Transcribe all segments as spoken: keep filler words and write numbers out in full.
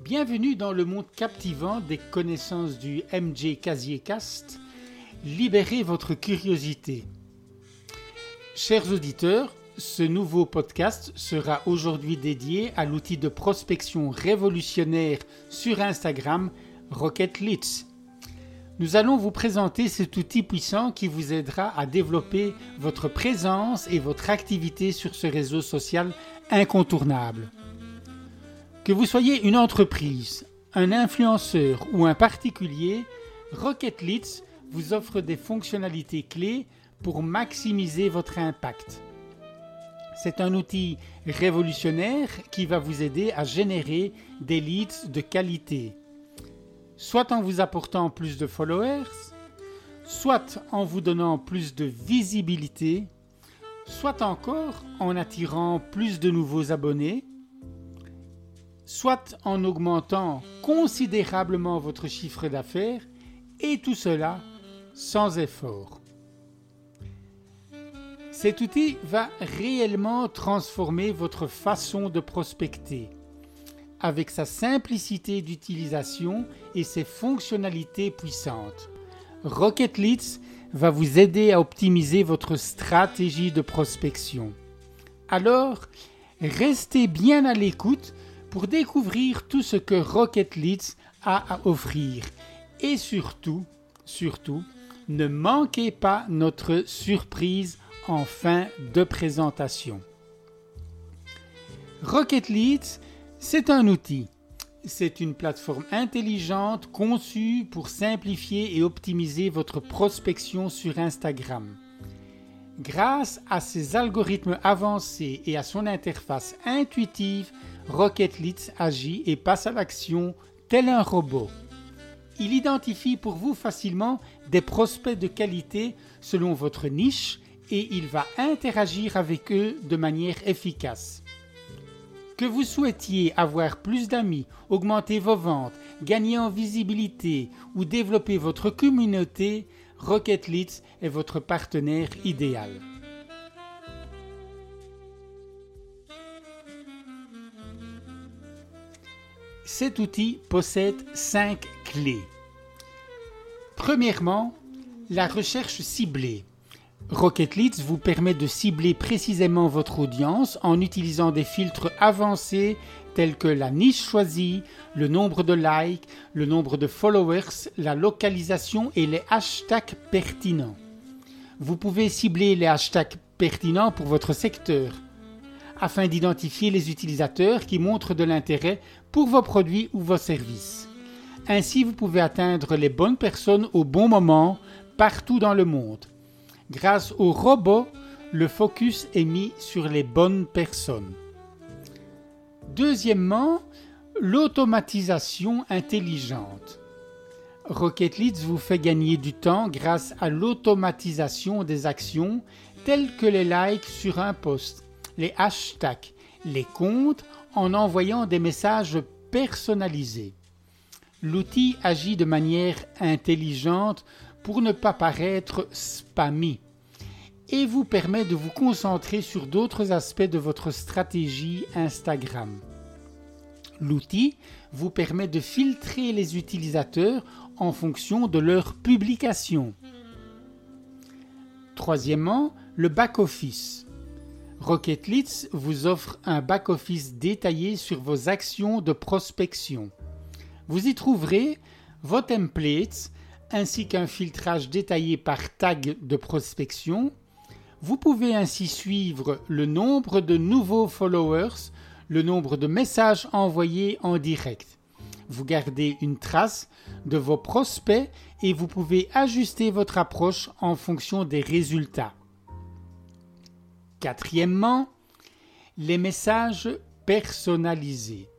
Bienvenue dans le monde captivant des connaissances du M J Casier Cast. Libérez votre curiosité. Chers auditeurs, ce nouveau podcast sera aujourd'hui dédié à l'outil de prospection révolutionnaire sur Instagram, Rocket Leads. Nous allons vous présenter cet outil puissant qui vous aidera à développer votre présence et votre activité sur ce réseau social incontournable. Que vous soyez une entreprise, un influenceur ou un particulier, Rocket Leads vous offre des fonctionnalités clés pour maximiser votre impact. C'est un outil révolutionnaire qui va vous aider à générer des leads de qualité, soit en vous apportant plus de followers, soit en vous donnant plus de visibilité, soit encore en attirant plus de nouveaux abonnés, soit en augmentant considérablement votre chiffre d'affaires, et tout cela sans effort. Cet outil va réellement transformer votre façon de prospecter, avec sa simplicité d'utilisation et ses fonctionnalités puissantes. Rocket Leads va vous aider à optimiser votre stratégie de prospection. Alors, restez bien à l'écoute pour découvrir tout ce que Rocket Leads a à offrir. Et surtout, surtout, ne manquez pas notre surprise en fin de présentation. Rocket Leads, c'est un outil. C'est une plateforme intelligente conçue pour simplifier et optimiser votre prospection sur Instagram. Grâce à ses algorithmes avancés et à son interface intuitive, Rocket Leads agit et passe à l'action tel un robot. Il identifie pour vous facilement des prospects de qualité selon votre niche et il va interagir avec eux de manière efficace. Que vous souhaitiez avoir plus d'amis, augmenter vos ventes, gagner en visibilité ou développer votre communauté, Rocket Leads est votre partenaire idéal. Cet outil possède cinq clés. Premièrement, la recherche ciblée. Rocket Leads vous permet de cibler précisément votre audience en utilisant des filtres avancés tels que la niche choisie, le nombre de likes, le nombre de followers, la localisation et les hashtags pertinents. Vous pouvez cibler les hashtags pertinents pour votre secteur, afin d'identifier les utilisateurs qui montrent de l'intérêt pour vos produits ou vos services. Ainsi, vous pouvez atteindre les bonnes personnes au bon moment, partout dans le monde. Grâce au robot, le focus est mis sur les bonnes personnes. Deuxièmement, l'automatisation intelligente. Rocket Leads vous fait gagner du temps grâce à l'automatisation des actions telles que les likes sur un post, les hashtags, les comptes en envoyant des messages personnalisés. L'outil agit de manière intelligente pour ne pas paraître spammy et vous permet de vous concentrer sur d'autres aspects de votre stratégie Instagram. L'outil vous permet de filtrer les utilisateurs en fonction de leurs publications. Troisièmement, le back-office. Rocket Leads vous offre un back-office détaillé sur vos actions de prospection. Vous y trouverez vos templates ainsi qu'un filtrage détaillé par tag de prospection. Vous pouvez ainsi suivre le nombre de nouveaux followers, le nombre de messages envoyés en direct. Vous gardez une trace de vos prospects et vous pouvez ajuster votre approche en fonction des résultats. Quatrièmement, les messages personnalisés.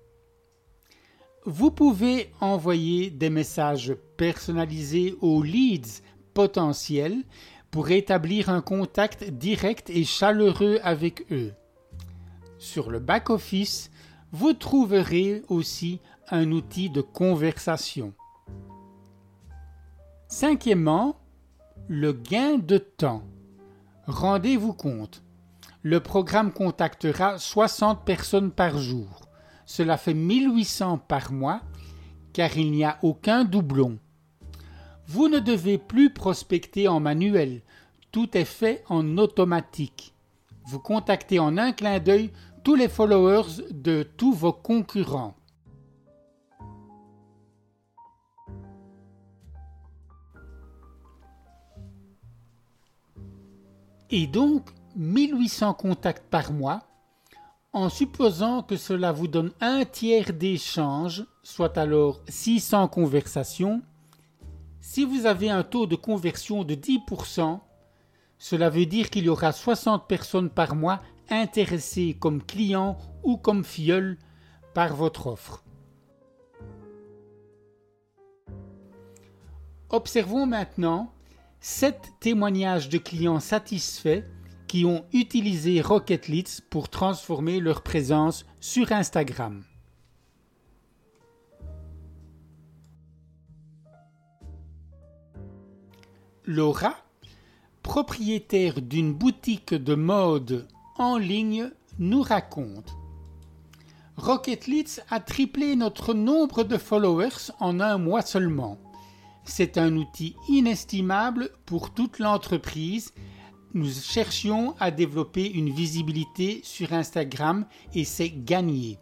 Vous pouvez envoyer des messages personnalisés aux leads potentiels pour établir un contact direct et chaleureux avec eux. Sur le back-office, vous trouverez aussi un outil de conversation. Cinquièmement, le gain de temps. Rendez-vous compte, le programme contactera soixante personnes par jour. cela fait mille huit cents par mois, car il n'y a aucun doublon. Vous ne devez plus prospecter en manuel, tout est fait en automatique. Vous contactez en un clin d'œil tous les followers de tous vos concurrents. Et donc, mille huit cents contacts par mois, en supposant que cela vous donne un tiers d'échange, soit alors six cents conversations. Si vous avez un taux de conversion de dix pour cent, cela veut dire qu'il y aura soixante personnes par mois intéressées comme clients ou comme filleuls par votre offre. Observons maintenant sept témoignages de clients satisfaits qui ont utilisé Rocket Leads pour transformer leur présence sur Instagram. Laura, propriétaire d'une boutique de mode en ligne, nous raconte: Rocket Leads a triplé notre nombre de followers en un mois seulement. C'est un outil inestimable pour toute l'entreprise. Nous cherchions à développer une visibilité sur Instagram et c'est gagné.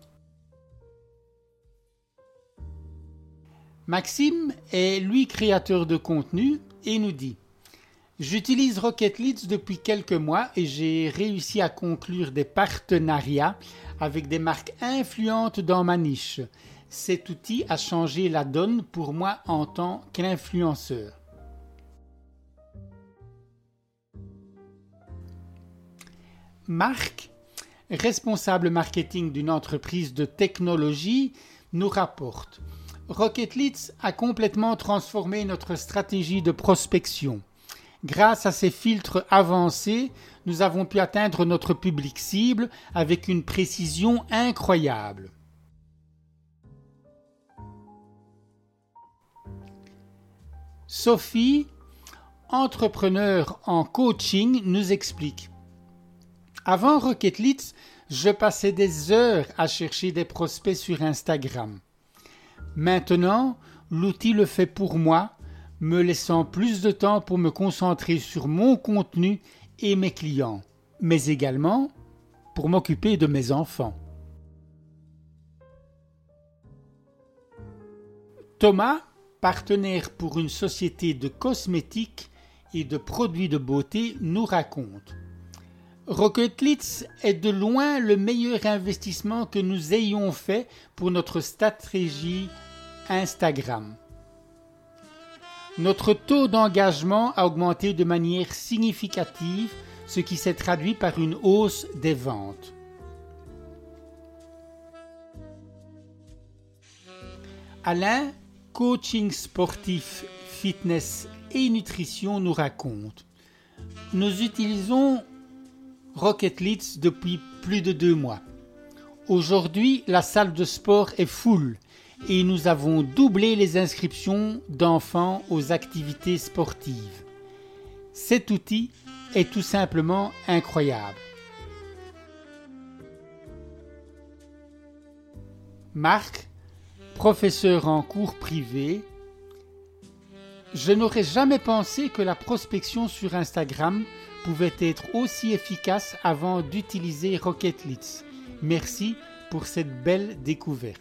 Maxime est lui créateur de contenu et nous dit: J'utilise Rocket Leads depuis quelques mois et j'ai réussi à conclure des partenariats avec des marques influentes dans ma niche. Cet outil a changé la donne pour moi en tant qu'influenceur. Marc, responsable marketing d'une entreprise de technologie, nous rapporte: Rocket Leads a complètement transformé notre stratégie de prospection. Grâce à ces filtres avancés, nous avons pu atteindre notre public cible avec une précision incroyable. Sophie, entrepreneur en coaching, nous explique: Avant Rocket Leads, je passais des heures à chercher des prospects sur Instagram. Maintenant, l'outil le fait pour moi, me laissant plus de temps pour me concentrer sur mon contenu et mes clients, mais également pour m'occuper de mes enfants. Thomas, partenaire pour une société de cosmétiques et de produits de beauté, nous raconte: Rocket Leads est de loin le meilleur investissement que nous ayons fait pour notre stratégie Instagram. Notre taux d'engagement a augmenté de manière significative, ce qui s'est traduit par une hausse des ventes. Alain, coaching sportif, fitness et nutrition, nous raconte: Nous utilisons Rocket Leads depuis plus de deux mois. Aujourd'hui, la salle de sport est full et nous avons doublé les inscriptions d'enfants aux activités sportives. Cet outil est tout simplement incroyable. Marc, professeur en cours privé: Je n'aurais jamais pensé que la prospection sur Instagram pouvait être aussi efficace avant d'utiliser Rocket Leads. Merci pour cette belle découverte.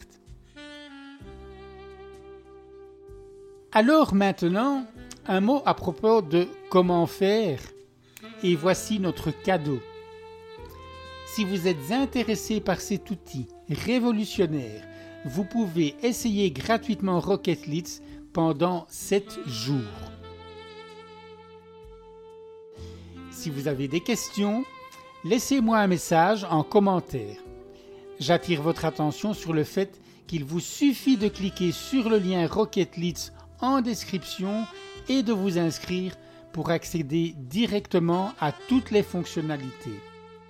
Alors maintenant, un mot à propos de comment faire. Et voici notre cadeau. Si vous êtes intéressé par cet outil révolutionnaire, vous pouvez essayer gratuitement Rocket Leads pendant sept jours. Si vous avez des questions, laissez-moi un message en commentaire. J'attire votre attention sur le fait qu'il vous suffit de cliquer sur le lien Rocket Leads en description et de vous inscrire pour accéder directement à toutes les fonctionnalités.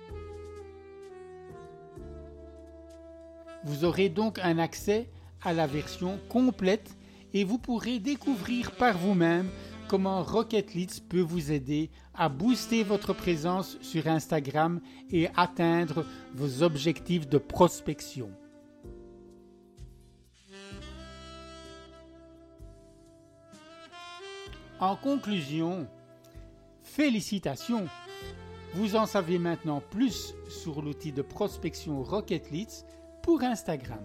Vous aurez donc un accès à la version complète et vous pourrez découvrir par vous-même comment Rocket Leads peut vous aider à booster votre présence sur Instagram et atteindre vos objectifs de prospection. En conclusion, félicitations! Vous en savez maintenant plus sur l'outil de prospection Rocket Leads pour Instagram.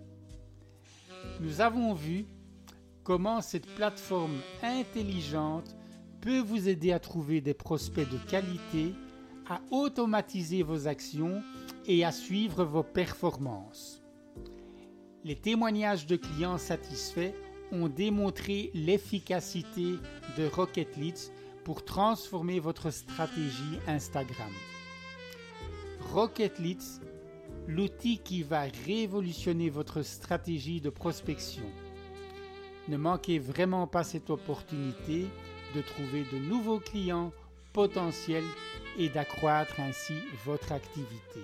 Nous avons vu comment cette plateforme intelligente peut vous aider à trouver des prospects de qualité, à automatiser vos actions et à suivre vos performances. Les témoignages de clients satisfaits ont démontré l'efficacité de Rocket Leads pour transformer votre stratégie Instagram. Rocket Leads, l'outil qui va révolutionner votre stratégie de prospection. Ne manquez vraiment pas cette opportunité de trouver de nouveaux clients potentiels et d'accroître ainsi votre activité.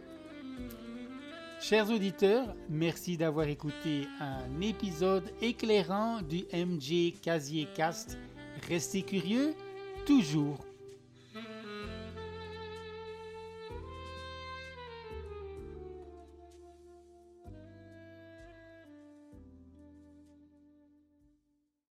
Chers auditeurs, merci d'avoir écouté un épisode éclairant du M J Casier Cast. Restez curieux, toujours